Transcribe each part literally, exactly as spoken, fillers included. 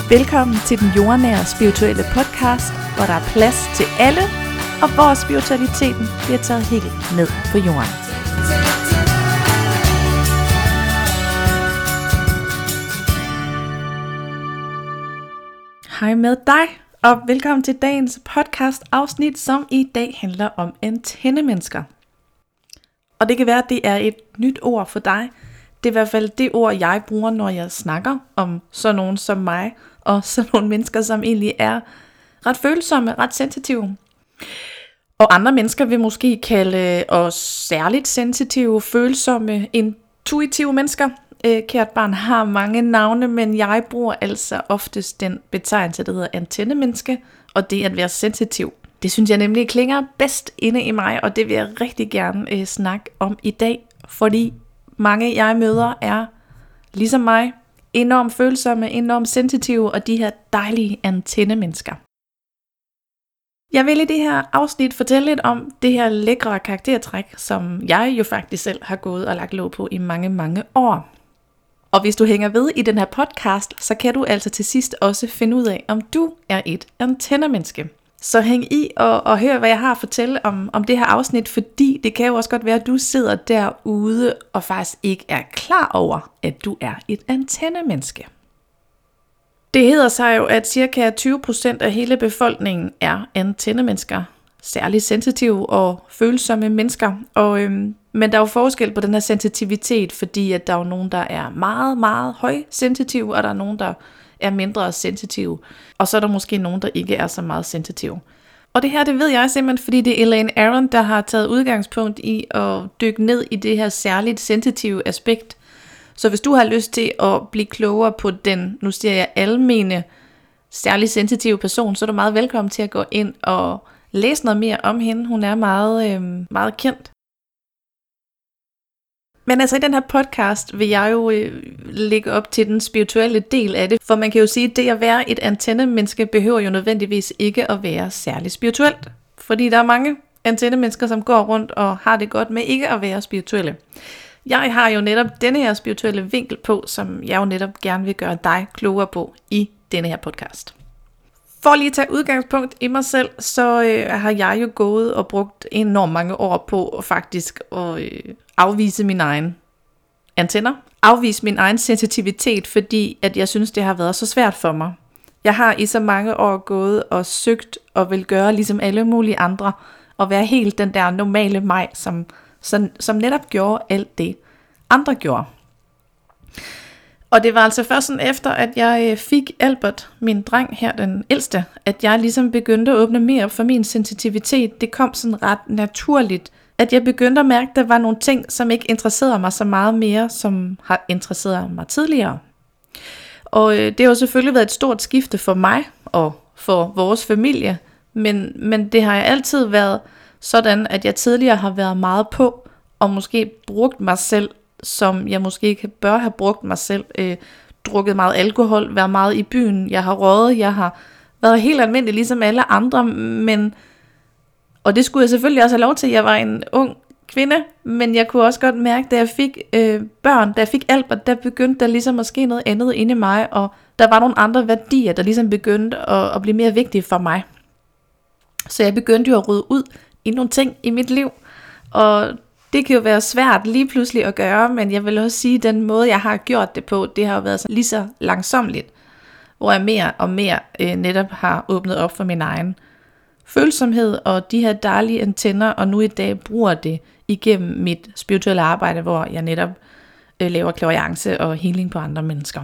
Velkommen til den jordnære spirituelle podcast, hvor der er plads til alle, og hvor spiritualiteten bliver taget helt ned på jorden. Hej med dig, og velkommen til dagens podcast afsnit, som i dag handler om antennemennesker. Og det kan være, at det er et nyt ord for dig. Det er i hvert fald det ord, jeg bruger, når jeg snakker om sådan nogen som mig, og sådan nogle mennesker, som egentlig er ret følsomme, ret sensitive. Og andre mennesker vil måske kalde os særligt sensitive, følsomme, intuitive mennesker. Kært barn har mange navne, men jeg bruger altså oftest den betegnelse, der hedder antennemenneske, og det at være sensitiv. Det synes jeg nemlig klinger bedst inde i mig, og det vil jeg rigtig gerne øh, snakke om i dag, fordi mange jeg møder er, ligesom mig, enormt følsomme, enormt sensitive, og de her dejlige antennemennesker. Jeg vil i det her afsnit fortælle lidt om det her lækre karaktertræk, som jeg jo faktisk selv har gået og lagt låg på i mange, mange år. Og hvis du hænger ved i den her podcast, så kan du altså til sidst også finde ud af, om du er et antennemenneske. Så hæng i og, og hør, hvad jeg har at fortælle om, om det her afsnit, fordi det kan jo også godt være, at du sidder derude og faktisk ikke er klar over, at du er et antennemenneske. Det hedder sig jo, at ca. tyve procent af hele befolkningen er antennemennesker, særligt sensitive og følsomme mennesker. Og, øhm, men der er jo forskel på den her sensitivitet, fordi at der er jo nogen, der er meget, meget højsensitive, og der er nogen, der er mindre sensitive. Og så er der måske nogen, der ikke er så meget sensitive. Og det her, det ved jeg simpelthen, fordi det er Elaine Aron, der har taget udgangspunkt i at dykke ned i det her særligt sensitive aspekt. Så hvis du har lyst til at blive klogere på den, nu siger jeg almene, særligt sensitive person, så er du meget velkommen til at gå ind og læse noget mere om hende. Hun er meget, øh, meget kendt. Men altså i den her podcast vil jeg jo øh, lægge op til den spirituelle del af det, for man kan jo sige, at det at være et antennemenneske behøver jo nødvendigvis ikke at være særligt spirituelt. Fordi der er mange antennemennesker, som går rundt og har det godt med ikke at være spirituelle. Jeg har jo netop denne her spirituelle vinkel på, som jeg jo netop gerne vil gøre dig klogere på i denne her podcast. For lige at tage udgangspunkt i mig selv, så øh, har jeg jo gået og brugt enormt mange år på faktisk at øh, afvise mine egne antenner. Afvise min egen sensitivitet, fordi at jeg synes, det har været så svært for mig. Jeg har i så mange år gået og søgt og vil gøre ligesom alle mulige andre, og være helt den der normale mig, som, som, som netop gjorde alt det, andre gjorde. Og det var altså først sådan efter, at jeg fik Albert, min dreng her, den ældste, at jeg ligesom begyndte at åbne mere op for min sensitivitet. Det kom sådan ret naturligt, at jeg begyndte at mærke, at der var nogle ting, som ikke interesserede mig så meget mere, som har interesseret mig tidligere. Og det har jo selvfølgelig været et stort skifte for mig og for vores familie, men, men det har jeg altid været sådan, at jeg tidligere har været meget på, og måske brugt mig selv, som jeg måske ikke bør have brugt mig selv, øh, drukket meget alkohol, været meget i byen, jeg har røget, jeg har været helt almindelig ligesom alle andre, men, og det skulle jeg selvfølgelig også have lov til, jeg var en ung kvinde, men jeg kunne også godt mærke, da jeg fik øh, børn, da jeg fik Albert, der begyndte der ligesom at ske noget andet inde i mig, og der var nogle andre værdier, der ligesom begyndte at, at blive mere vigtige for mig. Så jeg begyndte jo at rydde ud i nogle ting i mit liv, og det kan jo være svært lige pludselig at gøre, men jeg vil også sige, at den måde, jeg har gjort det på, det har jo været lige så langsomligt, hvor jeg mere og mere øh, netop har åbnet op for min egen følsomhed og de her dejlige antenner, og nu i dag bruger det igennem mit spirituelle arbejde, hvor jeg netop øh, laver clairvoyance og healing på andre mennesker.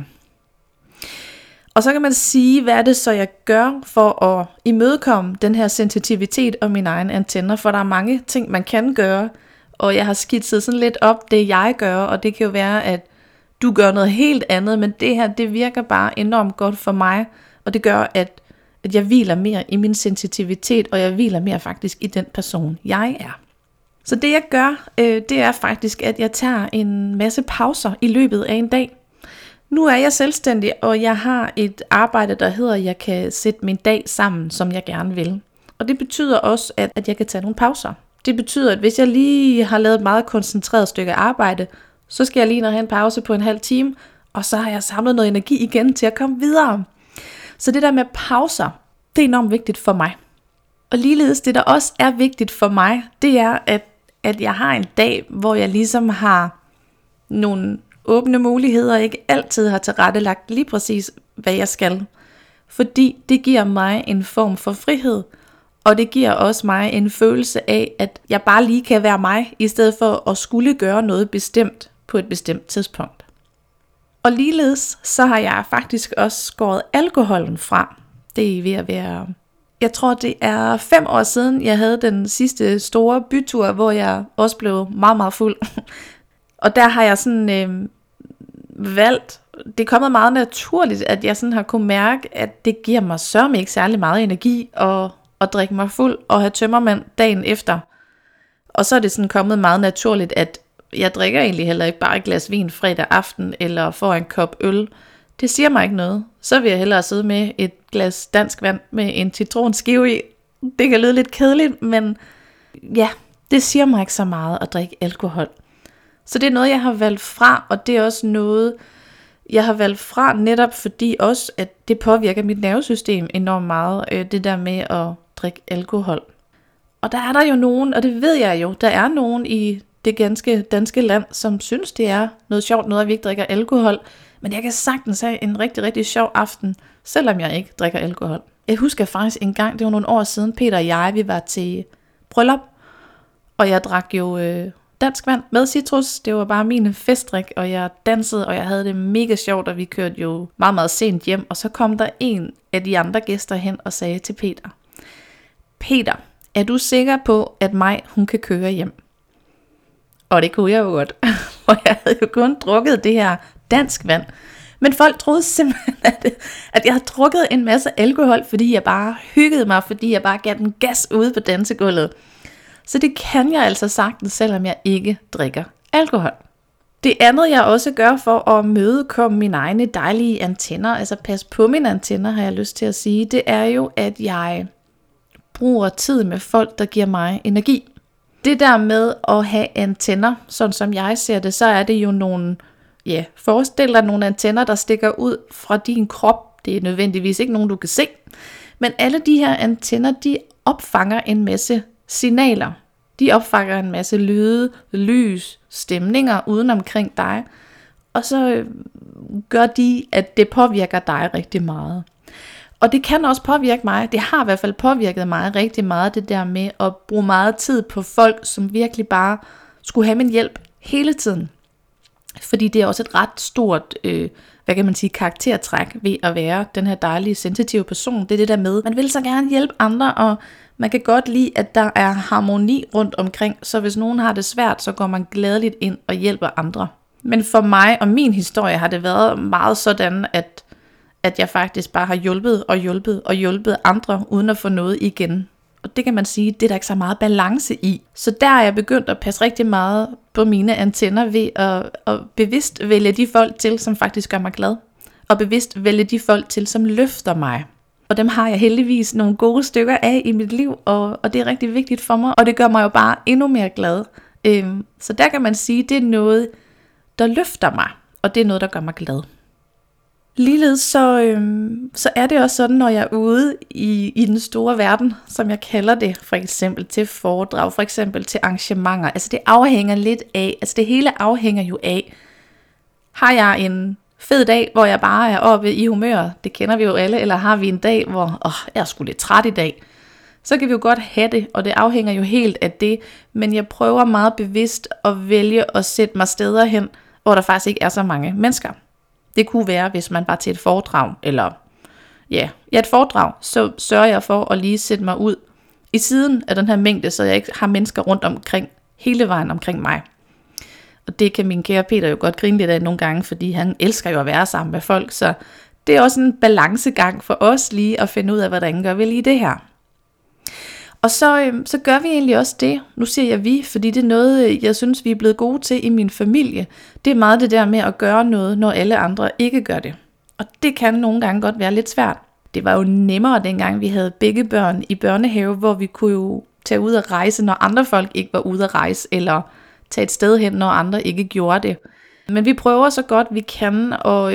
Og så kan man sige, hvad er det så jeg gør for at imødekomme den her sensitivitet og mine egne antenner, for der er mange ting, man kan gøre. Og jeg har skitset sådan lidt op det jeg gør, og det kan jo være, at du gør noget helt andet, men det her, det virker bare enormt godt for mig, og det gør, at, at jeg hviler mere i min sensitivitet, og jeg hviler mere faktisk i den person, jeg er. Så det jeg gør, øh, det er faktisk, at jeg tager en masse pauser i løbet af en dag. Nu er jeg selvstændig, og jeg har et arbejde, der hedder, at jeg kan sætte min dag sammen, som jeg gerne vil. Og det betyder også, at, at jeg kan tage nogle pauser. Det betyder, at hvis jeg lige har lavet et meget koncentreret stykke arbejde, så skal jeg lige have en pause på en halv time, og så har jeg samlet noget energi igen til at komme videre. Så det der med pauser, det er enormt vigtigt for mig. Og ligeledes det der også er vigtigt for mig, det er at, at jeg har en dag, hvor jeg ligesom har nogle åbne muligheder, og ikke altid har tilrettelagt lige præcis, hvad jeg skal. Fordi det giver mig en form for frihed, og det giver også mig en følelse af, at jeg bare lige kan være mig, i stedet for at skulle gøre noget bestemt på et bestemt tidspunkt. Og ligeledes så har jeg faktisk også skåret alkoholen fra. Det er ved at være, jeg tror det er fem år siden, jeg havde den sidste store bytur, hvor jeg også blev meget, meget fuld. Og der har jeg sådan øh, valgt, det er kommet meget naturligt, at jeg sådan har kunne mærke, at det giver mig sørme ikke særlig meget energi at, at drikke mig fuld og have tømmermænd dagen efter. Og så er det sådan kommet meget naturligt, at jeg drikker egentlig heller ikke bare et glas vin fredag aften, eller får en kop øl. Det siger mig ikke noget. Så vil jeg hellere sidde med et glas dansk vand med en citronskive i. Det kan lyde lidt kedeligt, men ja, det siger mig ikke så meget at drikke alkohol. Så det er noget, jeg har valgt fra, og det er også noget, jeg har valgt fra netop fordi også, at det påvirker mit nervesystem enormt meget, det der med at drikke alkohol. Og der er der jo nogen, og det ved jeg jo, der er nogen i det ganske danske land, som synes, det er noget sjovt, noget at vi ikke drikker alkohol. Men jeg kan sagtens have en rigtig, rigtig sjov aften, selvom jeg ikke drikker alkohol. Jeg husker faktisk en gang, det var nogle år siden, Peter og jeg, vi var til bryllup, og jeg drak jo øh, dansk vand med citrus. Det var bare min festdrik, og jeg dansede, og jeg havde det mega sjovt, og vi kørte jo meget, meget sent hjem. Og så kom der en af de andre gæster hen og sagde til Peter, Peter, er du sikker på, at mig, hun kan køre hjem? Og det kunne jeg jo godt, for jeg havde jo kun drukket det her dansk vand. Men folk troede simpelthen, at, at jeg havde drukket en masse alkohol, fordi jeg bare hyggede mig, fordi jeg bare gav den gas ude på dansegulvet. Så det kan jeg altså sagtens, selvom jeg ikke drikker alkohol. Det andet jeg også gør for at mødekomme mine egne dejlige antenner, altså pas på mine antenner, har jeg lyst til at sige, det er jo, at jeg bruger tid med folk, der giver mig energi. Det der med at have antenner, sådan som jeg ser det, så er det jo nogle, ja, forestil dig nogle antenner, der stikker ud fra din krop. Det er nødvendigvis ikke nogen, du kan se. Men alle de her antenner, de opfanger en masse signaler. De opfanger en masse lyde, lys, stemninger uden omkring dig. Og så gør de, at det påvirker dig rigtig meget. Og det kan også påvirke mig, det har i hvert fald påvirket mig rigtig meget, det der med at bruge meget tid på folk, som virkelig bare skulle have min hjælp hele tiden. Fordi det er også et ret stort, øh, hvad kan man sige, karaktertræk ved at være den her dejlige, sensitive person. Det er det der med, man vil så gerne hjælpe andre, og man kan godt lide, at der er harmoni rundt omkring. Så hvis nogen har det svært, så går man gladeligt ind og hjælper andre. Men for mig og min historie har det været meget sådan, at at jeg faktisk bare har hjulpet og hjulpet og hjulpet andre, uden at få noget igen. Og det kan man sige, det er der ikke så meget balance i. Så der er jeg begyndt at passe rigtig meget på mine antenner ved at, at bevidst vælge de folk til, som faktisk gør mig glad. Og bevidst vælge de folk til, som løfter mig. Og dem har jeg heldigvis nogle gode stykker af i mit liv, og, og det er rigtig vigtigt for mig. Og det gør mig jo bare endnu mere glad. Øhm, så der kan man sige, det er noget, der løfter mig, og det er noget, der gør mig glad. Ligeledes så, øhm, så er det også sådan, når jeg er ude i, i den store verden, som jeg kalder det, for eksempel til foredrag, for eksempel til arrangementer. Altså det afhænger lidt af, altså det hele afhænger jo af, har jeg en fed dag, hvor jeg bare er oppe i humør, det kender vi jo alle, eller har vi en dag, hvor åh, jeg er sgu lidt træt i dag, så kan vi jo godt have det, og det afhænger jo helt af det, men jeg prøver meget bevidst at vælge at sætte mig steder hen, hvor der faktisk ikke er så mange mennesker. Det kunne være, hvis man var til et foredrag, eller ja, ja et foredrag, så sørger jeg for at lige sætte mig ud i siden af den her mængde, så jeg ikke har mennesker rundt omkring, hele vejen omkring mig. Og det kan min kære Peter jo godt grine lidt af nogle gange, fordi han elsker jo at være sammen med folk, så det er også en balancegang for os lige at finde ud af, hvordan gør vi lige det her. Og så, øhm, så gør vi egentlig også det, nu siger jeg vi, fordi det er noget, jeg synes, vi er blevet gode til i min familie. Det er meget det der med at gøre noget, når alle andre ikke gør det. Og det kan nogle gange godt være lidt svært. Det var jo nemmere dengang, vi havde begge børn i børnehave, hvor vi kunne jo tage ud og rejse, når andre folk ikke var ude at rejse, eller tage et sted hen, når andre ikke gjorde det. Men vi prøver så godt vi kan, og øh,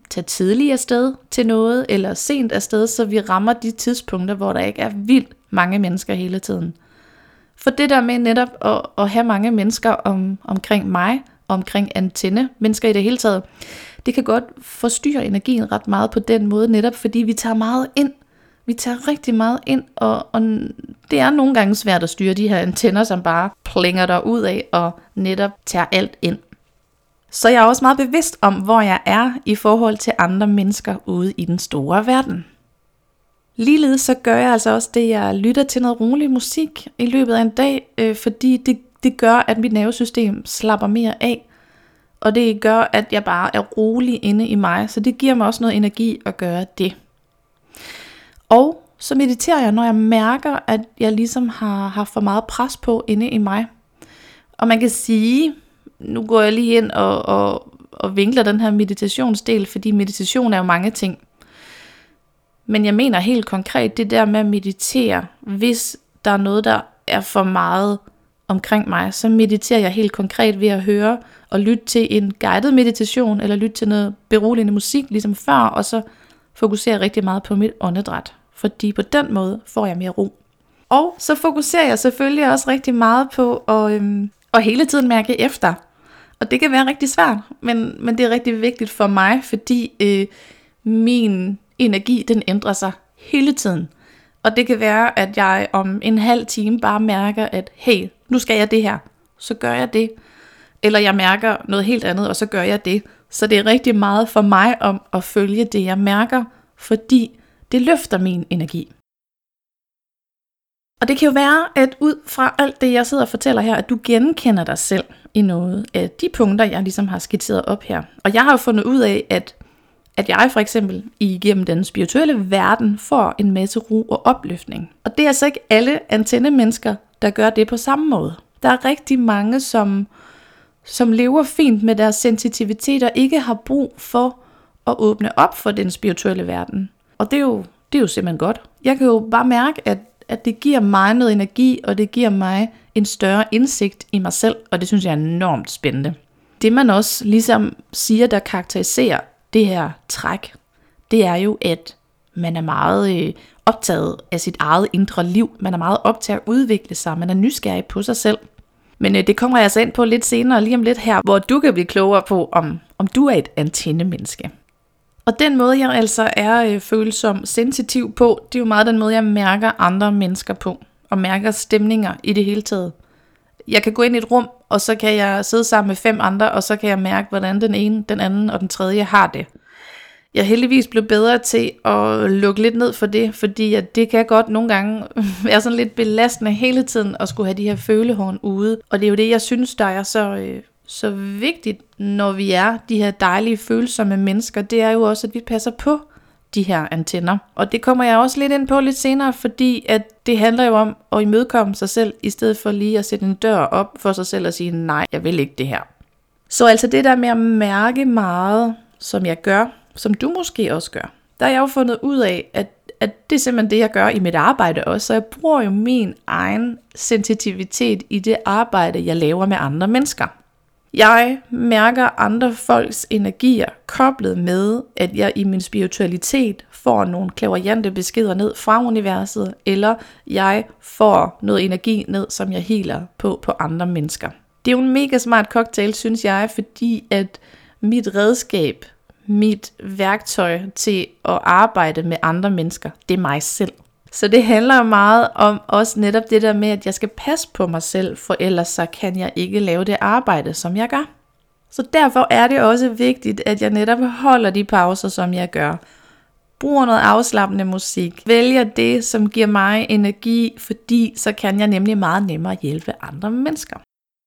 tage tidligt afsted til noget, eller sent afsted, så vi rammer de tidspunkter, hvor der ikke er vildt mange mennesker hele tiden. For det der med netop at, at have mange mennesker om, omkring mig, omkring antenne, mennesker i det hele taget, det kan godt forstyrre energien ret meget på den måde, netop fordi vi tager meget ind. Vi tager rigtig meget ind, og, og det er nogle gange svært at styre de her antenner, som bare plænger der ud af og netop tager alt ind. Så jeg er også meget bevidst om, hvor jeg er i forhold til andre mennesker ude i den store verden. Ligeledes så gør jeg altså også det, jeg lytter til noget rolig musik i løbet af en dag, øh, fordi det, det gør, at mit nervesystem slapper mere af, og det gør, at jeg bare er rolig inde i mig, så det giver mig også noget energi at gøre det. Og så mediterer jeg, når jeg mærker, at jeg ligesom har haft for meget pres på inde i mig. Og man kan sige, nu går jeg lige ind og, og, og vinkler den her meditationsdel, fordi meditation er jo mange ting. Men jeg mener helt konkret det der med at meditere, hvis der er noget, der er for meget omkring mig, så mediterer jeg helt konkret ved at høre og lytte til en guided meditation, eller lytte til noget beroligende musik, ligesom før, og så fokuserer rigtig meget på mit åndedræt, fordi på den måde får jeg mere ro. Og så fokuserer jeg selvfølgelig også rigtig meget på at, øhm, at hele tiden mærke efter. Og det kan være rigtig svært, men, men det er rigtig vigtigt for mig, fordi øh, min energi, den ændrer sig hele tiden. Og det kan være, at jeg om en halv time bare mærker, at hey, nu skal jeg det her, så gør jeg det. Eller jeg mærker noget helt andet, og så gør jeg det. Så det er rigtig meget for mig om at følge det, jeg mærker, fordi det løfter min energi. Og det kan jo være, at ud fra alt det, jeg sidder og fortæller her, at du genkender dig selv i noget af de punkter, jeg ligesom har skitseret op her. Og jeg har jo fundet ud af, at, at jeg for eksempel igennem den spirituelle verden får en masse ro og opløftning. Og det er altså ikke alle antennemennesker, der gør det på samme måde. Der er rigtig mange, som, som lever fint med deres sensitivitet og ikke har brug for at åbne op for den spirituelle verden. Og det er jo, det er jo simpelthen godt. Jeg kan jo bare mærke, at, at det giver mig noget energi, og det giver mig en større indsigt i mig selv, og det synes jeg er enormt spændende. Det man også ligesom siger, der karakteriserer det her træk, det er jo, at man er meget øh, optaget af sit eget indre liv. Man er meget optaget af at udvikle sig, man er nysgerrig på sig selv. Men øh, det kommer jeg altså ind på lidt senere, lige om lidt her, hvor du kan blive klogere på, om, om du er et antennemenneske. Og den måde, jeg altså er øh, følsom, sensitiv på, det er jo meget den måde, jeg mærker andre mennesker på, og mærker stemninger i det hele taget. Jeg kan gå ind i et rum, og så kan jeg sidde sammen med fem andre, og så kan jeg mærke, hvordan den ene, den anden og den tredje har det. Jeg er heldigvis blevet bedre til at lukke lidt ned for det, fordi at det kan godt nogle gange være sådan lidt belastende hele tiden at skulle have de her følehorn ude. Og det er jo det, jeg synes, der er så, øh, så vigtigt, når vi er de her dejlige, følsomme mennesker. Det er jo også, at vi passer på de her antenner. Og det kommer jeg også lidt ind på lidt senere, fordi at det handler jo om at imødekomme sig selv, i stedet for lige at sætte en dør op for sig selv og sige, nej, jeg vil ikke det her. Så altså det der med at mærke meget, som jeg gør, som du måske også gør, der har jeg jo fundet ud af, at, at det er simpelthen det, jeg gør i mit arbejde også. Så jeg bruger jo min egen sensitivitet i det arbejde, jeg laver med andre mennesker. Jeg mærker andre folks energier koblet med, at jeg i min spiritualitet får nogle clairvoyante beskeder ned fra universet, eller jeg får noget energi ned, som jeg healer på på andre mennesker. Det er jo en mega smart cocktail, synes jeg, fordi at mit redskab, mit værktøj til at arbejde med andre mennesker, det er mig selv. Så det handler meget om også netop det der med, at jeg skal passe på mig selv, for ellers så kan jeg ikke lave det arbejde, som jeg gør. Så derfor er det også vigtigt, at jeg netop holder de pauser, som jeg gør. Bruger noget afslappende musik. Vælger det, som giver mig energi, fordi så kan jeg nemlig meget nemmere hjælpe andre mennesker.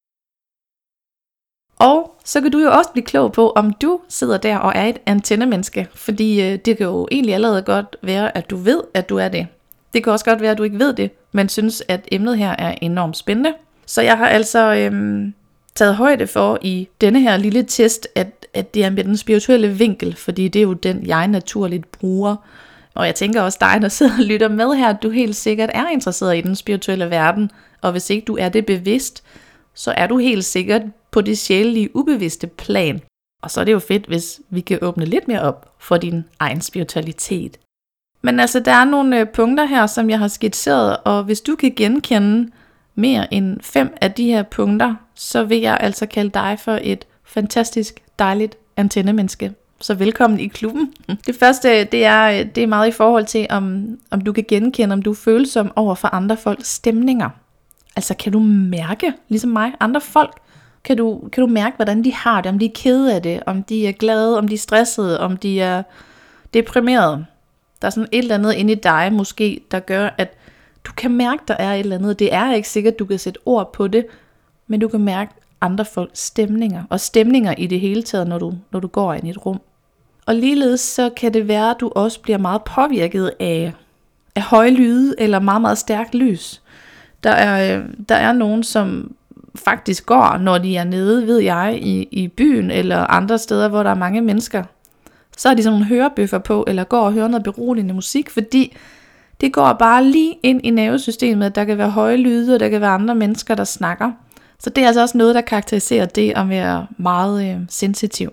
Og så kan du jo også blive klog på, om du sidder der og er et antennemenneske, fordi øh, det kan jo egentlig allerede godt være, at du ved, at du er det. Det kan også godt være, at du ikke ved det, men synes, at emnet her er enormt spændende. Så jeg har altså øhm, taget højde for i denne her lille test, at, at det er med den spirituelle vinkel, fordi det er jo den, jeg naturligt bruger. Og jeg tænker også dig, der sidder og lytter med her, at du helt sikkert er interesseret i den spirituelle verden. Og hvis ikke du er det bevidst, så er du helt sikkert på det sjælelige ubevidste plan. Og så er det jo fedt, hvis vi kan åbne lidt mere op for din egen spiritualitet. Men altså, der er nogle punkter her, som jeg har skitseret, og hvis du kan genkende mere end fem af de her punkter, så vil jeg altså kalde dig for et fantastisk, dejligt antennemenneske. Så velkommen i klubben. Det første, det er, det er meget i forhold til, om, om du kan genkende, om du er følsom over for andre folks stemninger. Altså, kan du mærke, ligesom mig, andre folk? Kan du, kan du mærke, hvordan de har det, om de er kede af det, om de er glade, om de er stressede, om de er deprimerede. Der er sådan et eller andet inde i dig måske, der gør, at du kan mærke, der er et eller andet. Det er ikke sikkert, du kan sætte ord på det, men du kan mærke andre folks stemninger, og stemninger i det hele taget, når du, når du går ind i et rum. Og ligeledes så kan det være, at du også bliver meget påvirket af, af høje lyde, eller meget, meget stærkt lys. Der er, der er nogen, som faktisk går, når de er nede, ved jeg, i, i byen, eller andre steder, hvor der er mange mennesker. Så har de sådan nogle hørebøffer på, eller går og hører noget beroligende musik, fordi det går bare lige ind i nervesystemet, at der kan være høje lyde, og der kan være andre mennesker, der snakker. Så det er altså også noget, der karakteriserer det at være meget øh, sensitiv.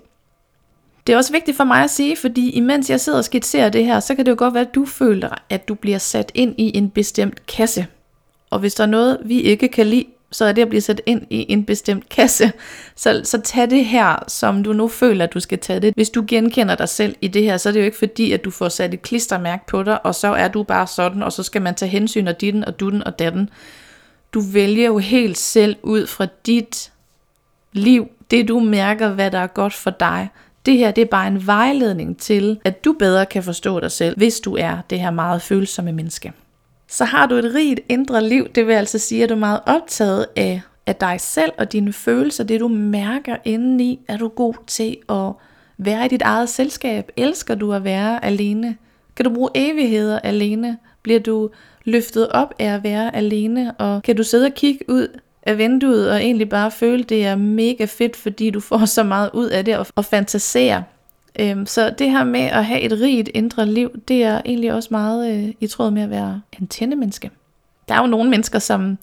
Det er også vigtigt for mig at sige, fordi imens jeg sidder og skitserer det her, så kan det jo godt være, at du føler, at du bliver sat ind i en bestemt kasse. Og hvis der er noget, vi ikke kan lide, så er det at blive sat ind i en bestemt kasse. Så, så tag det her, som du nu føler, at du skal tage det. Hvis du genkender dig selv i det her, så er det jo ikke fordi, at du får sat et klistermærke på dig, og så er du bare sådan, og så skal man tage hensyn af ditten og dutten og datten. Du vælger jo helt selv ud fra dit liv, det du mærker, hvad der er godt for dig. Det her, det er bare en vejledning til, at du bedre kan forstå dig selv, hvis du er det her meget følsomme menneske. Så har du et rigt indre liv, det vil altså sige, at du er meget optaget af, af dig selv og dine følelser, det du mærker indeni. Er du god til at være i dit eget selskab? Elsker du at være alene? Kan du bruge evigheder alene? Bliver du løftet op af at være alene? Og kan du sidde og kigge ud af vinduet og egentlig bare føle, det er mega fedt, fordi du får så meget ud af det og, og fantasere? Så det her med at have et rigt indre liv, det er egentlig også meget øh, i tråd med at være antennemenneske. Der er jo nogle mennesker, som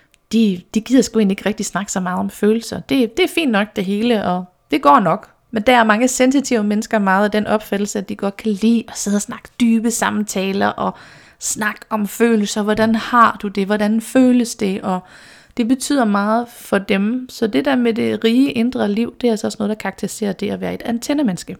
de, de gider sgu egentlig ikke rigtig snakke så meget om følelser. Det, det er fint nok det hele, og det går nok. Men der er mange sensitive mennesker meget af den opfattelse, at de godt kan lide at sidde og snakke dybe samtaler og snakke om følelser. Hvordan har du det? Hvordan føles det? Og det betyder meget for dem. Så det der med det rige indre liv, det er altså også noget, der karakteriserer det at være et antennemenneske.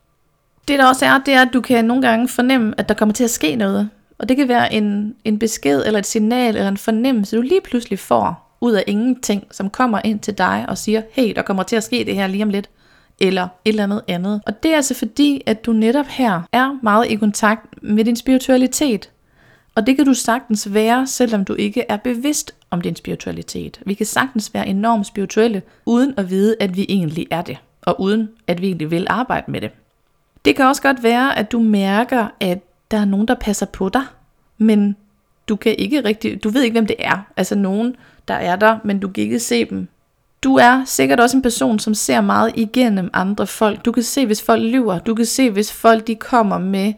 Det der også er, det er, at du kan nogle gange fornemme, at der kommer til at ske noget. Og det kan være en, en besked, eller et signal, eller en fornemmelse, du lige pludselig får ud af ingenting, som kommer ind til dig og siger, hey, der kommer til at ske det her lige om lidt, eller et eller andet andet. Og det er altså fordi, at du netop her er meget i kontakt med din spiritualitet. Og det kan du sagtens være, selvom du ikke er bevidst om din spiritualitet. Vi kan sagtens være enormt spirituelle, uden at vide, at vi egentlig er det, og uden at vi egentlig vil arbejde med det. Det kan også godt være, at du mærker, at der er nogen, der passer på dig, men du kan ikke rigtig, du ved ikke, hvem det er. Altså nogen, der er der, men du kan ikke se dem. Du er sikkert også en person, som ser meget igennem andre folk. Du kan se, hvis folk lyver. Du kan se, hvis folk de kommer med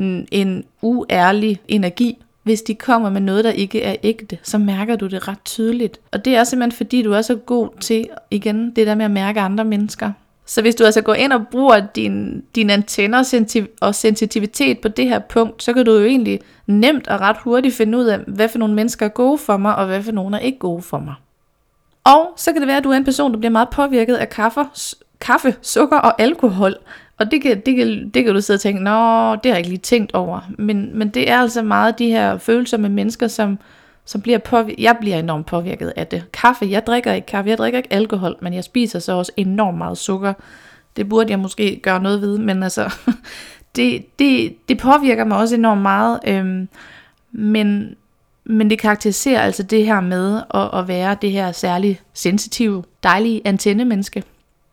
en uærlig energi. Hvis de kommer med noget, der ikke er ægte, så mærker du det ret tydeligt. Og det er simpelthen fordi, du er så god til, igen, det der med at mærke andre mennesker. Så hvis du altså går ind og bruger din, dine antenner og sensitivitet på det her punkt, så kan du jo egentlig nemt og ret hurtigt finde ud af, hvad for nogle mennesker er gode for mig, og hvad for nogle er ikke gode for mig. Og så kan det være, at du er en person, der bliver meget påvirket af kaffe, kaffe sukker og alkohol. Og det kan, det, kan, det kan du sidde og tænke, nå, det har jeg ikke lige tænkt over. Men, men det er altså meget de her følelser med mennesker, som, som bliver påvirket. Jeg bliver enormt påvirket af det. Kaffe, jeg drikker ikke kaffe, jeg drikker ikke alkohol, men jeg spiser så også enormt meget sukker. Det burde jeg måske gøre noget ved, men altså, det, det, det påvirker mig også enormt meget. Øhm, men, men det karakteriserer altså det her med at, at være det her særligt sensitive, dejlige antennemenneske.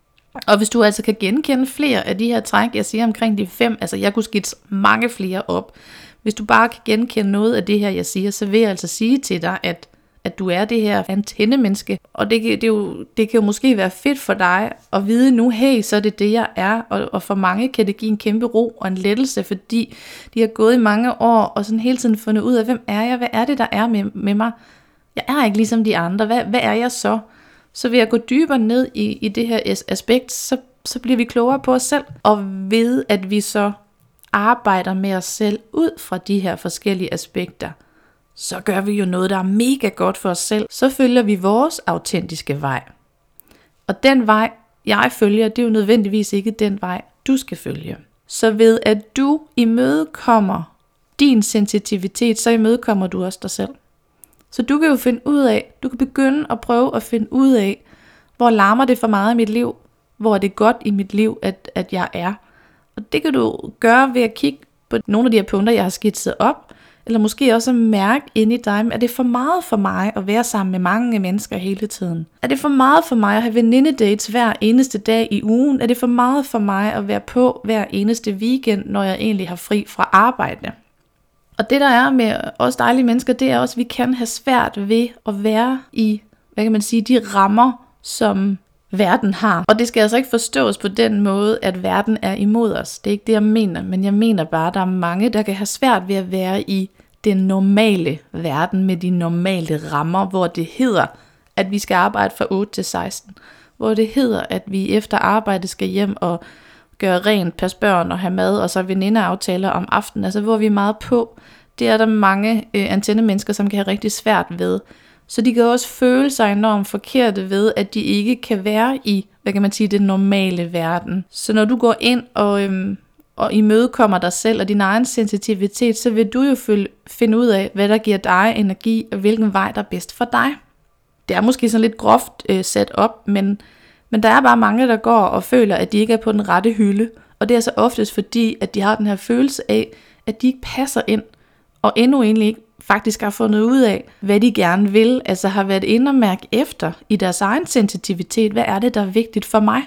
Og hvis du altså kan genkende flere af de her træk, jeg siger omkring de fem, altså jeg kunne skitse mange flere op. Hvis du bare kan genkende noget af det her, jeg siger, så vil jeg altså sige til dig, at, at du er det her antennemenneske. Og det kan, det, er jo, det kan jo måske være fedt for dig at vide nu, hey, så er det det, jeg er. Og, og for mange kan det give en kæmpe ro og en lettelse, fordi de har gået i mange år og sådan hele tiden fundet ud af, hvem er jeg? Hvad er det, der er med, med mig? Jeg er ikke ligesom de andre. Hvad, hvad er jeg så? Så ved at gå dybere ned i, i det her aspekt, så så bliver vi klogere på os selv, og ved at vi så arbejder med os selv ud fra de her forskellige aspekter, så gør vi jo noget, der er mega godt for os selv. Så følger vi vores autentiske vej. Og den vej, jeg følger, det er jo nødvendigvis ikke den vej, du skal følge. Så ved at du imødekommer din sensitivitet, så imødekommer du også dig selv. Så du kan jo finde ud af, du kan begynde at prøve at finde ud af, hvor larmer det for meget i mit liv, hvor er det godt i mit liv, at, at jeg er. Og det kan du gøre ved at kigge på nogle af de her punkter, jeg har skitset op, eller måske også mærke inde i dig, er det for meget for mig at være sammen med mange mennesker hele tiden? Er det for meget for mig at have venindedates hver eneste dag i ugen? Er det for meget for mig at være på hver eneste weekend, når jeg egentlig har fri fra arbejde? Og det der er med os dejlige mennesker, det er også, at vi kan have svært ved at være i, hvad kan man sige, de rammer, som verden har. Og det skal altså ikke forstås på den måde, at verden er imod os. Det er ikke det, jeg mener, men jeg mener bare, at der er mange, der kan have svært ved at være i den normale verden med de normale rammer, hvor det hedder, at vi skal arbejde fra otte til seksten. Hvor det hedder, at vi efter arbejde skal hjem og gøre rent, passe børn og have mad, og så venindeaftaler om aftenen. Altså hvor vi er meget på. Det er der mange øh, antennemennesker, som kan have rigtig svært ved. Så de kan også føle sig enormt forkerte ved, at de ikke kan være i, hvad kan man sige, den normale verden. Så når du går ind og, øhm, og imødekommer dig selv og din egen sensitivitet, så vil du jo finde ud af, hvad der giver dig energi, og hvilken vej der er bedst for dig. Det er måske sådan lidt groft øh, sat op, men, men der er bare mange, der går og føler, at de ikke er på den rette hylde. Og det er så oftest fordi, at de har den her følelse af, at de ikke passer ind, og endnu egentlig ikke faktisk har fundet ud af, hvad de gerne vil, altså har været inde og mærke efter i deres egen sensitivitet, hvad er det, der er vigtigt for mig.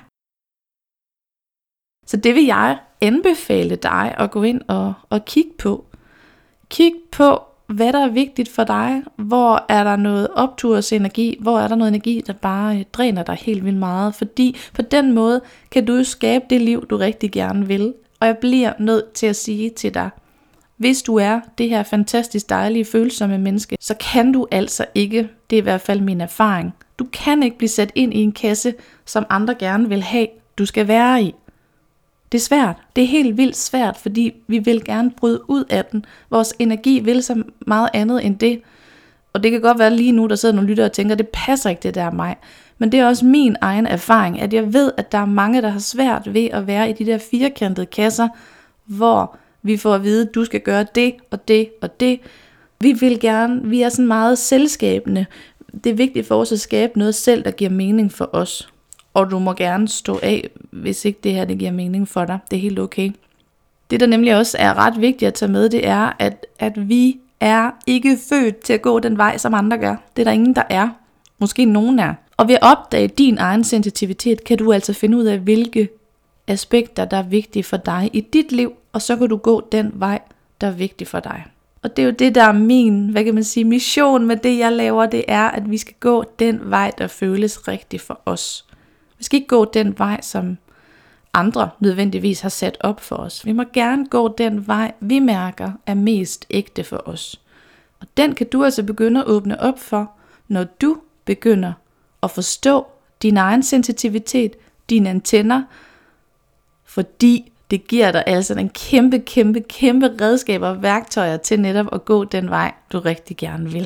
Så det vil jeg anbefale dig at gå ind og, og kigge på. Kig på, hvad der er vigtigt for dig, hvor er der noget opturs energi, hvor er der noget energi, der bare dræner dig helt vildt meget, fordi på den måde kan du jo skabe det liv, du rigtig gerne vil. Og jeg bliver nødt til at sige til dig, hvis du er det her fantastisk dejlige, følsomme menneske, så kan du altså ikke, det er i hvert fald min erfaring, du kan ikke blive sat ind i en kasse, som andre gerne vil have, du skal være i. Det er svært. Det er helt vildt svært, fordi vi vil gerne bryde ud af den. Vores energi vil så meget andet end det. Og det kan godt være lige nu, der sidder nogle lyttere og tænker, det passer ikke det der er mig. Men det er også min egen erfaring, at jeg ved, at der er mange, der har svært ved at være i de der firkantede kasser, hvor vi får at vide, at du skal gøre det og det og det. Vi vil gerne, vi er sådan meget selvskabende. Det er vigtigt for os at skabe noget selv, der giver mening for os. Og du må gerne stå af, hvis ikke det her det giver mening for dig. Det er helt okay. Det der nemlig også er ret vigtigt at tage med, det er, at, at vi er ikke født til at gå den vej, som andre gør. Det er der ingen, der er. Måske nogen er. Og ved at opdage din egen sensitivitet, kan du altså finde ud af, hvilke aspekter, der er vigtige for dig i dit liv, og så kan du gå den vej, der er vigtig for dig. Og det er jo det, der er min, hvad kan man sige, mission med det, jeg laver, det er, at vi skal gå den vej, der føles rigtig for os. Vi skal ikke gå den vej, som andre nødvendigvis har sat op for os. Vi må gerne gå den vej, vi mærker er mest ægte for os. Og den kan du altså begynde at åbne op for, når du begynder at forstå din egen sensitivitet, dine antenner, fordi det giver dig altså en kæmpe, kæmpe, kæmpe redskaber og værktøjer til netop at gå den vej, du rigtig gerne vil.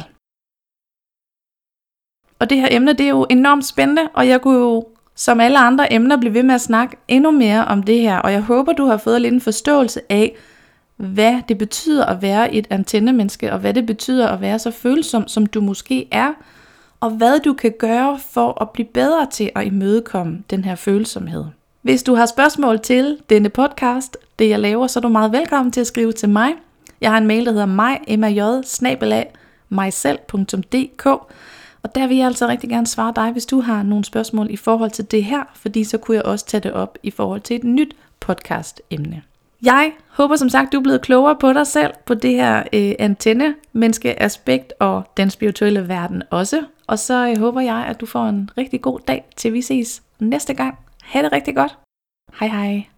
Og det her emne, det er jo enormt spændende, og jeg kunne jo som alle andre emner blive ved med at snakke endnu mere om det her, og jeg håber, du har fået lidt en forståelse af, hvad det betyder at være et antennemenneske, og hvad det betyder at være så følsom, som du måske er, og hvad du kan gøre for at blive bedre til at imødekomme den her følsomhed. Hvis du har spørgsmål til denne podcast, det jeg laver, så er du meget velkommen til at skrive til mig. Jeg har en mail, der hedder mig bindestreg migself punktum d k, og der vil jeg altså rigtig gerne svare dig, hvis du har nogle spørgsmål i forhold til det her, fordi så kunne jeg også tage det op i forhold til et nyt podcast-emne. Jeg håber som sagt, du er blevet klogere på dig selv, på det her øh, antenne-menneske-aspekt og den spirituelle verden også. Og så øh, håber jeg, at du får en rigtig god dag, til vi ses næste gang. Ha' det rigtig godt. Hej hej.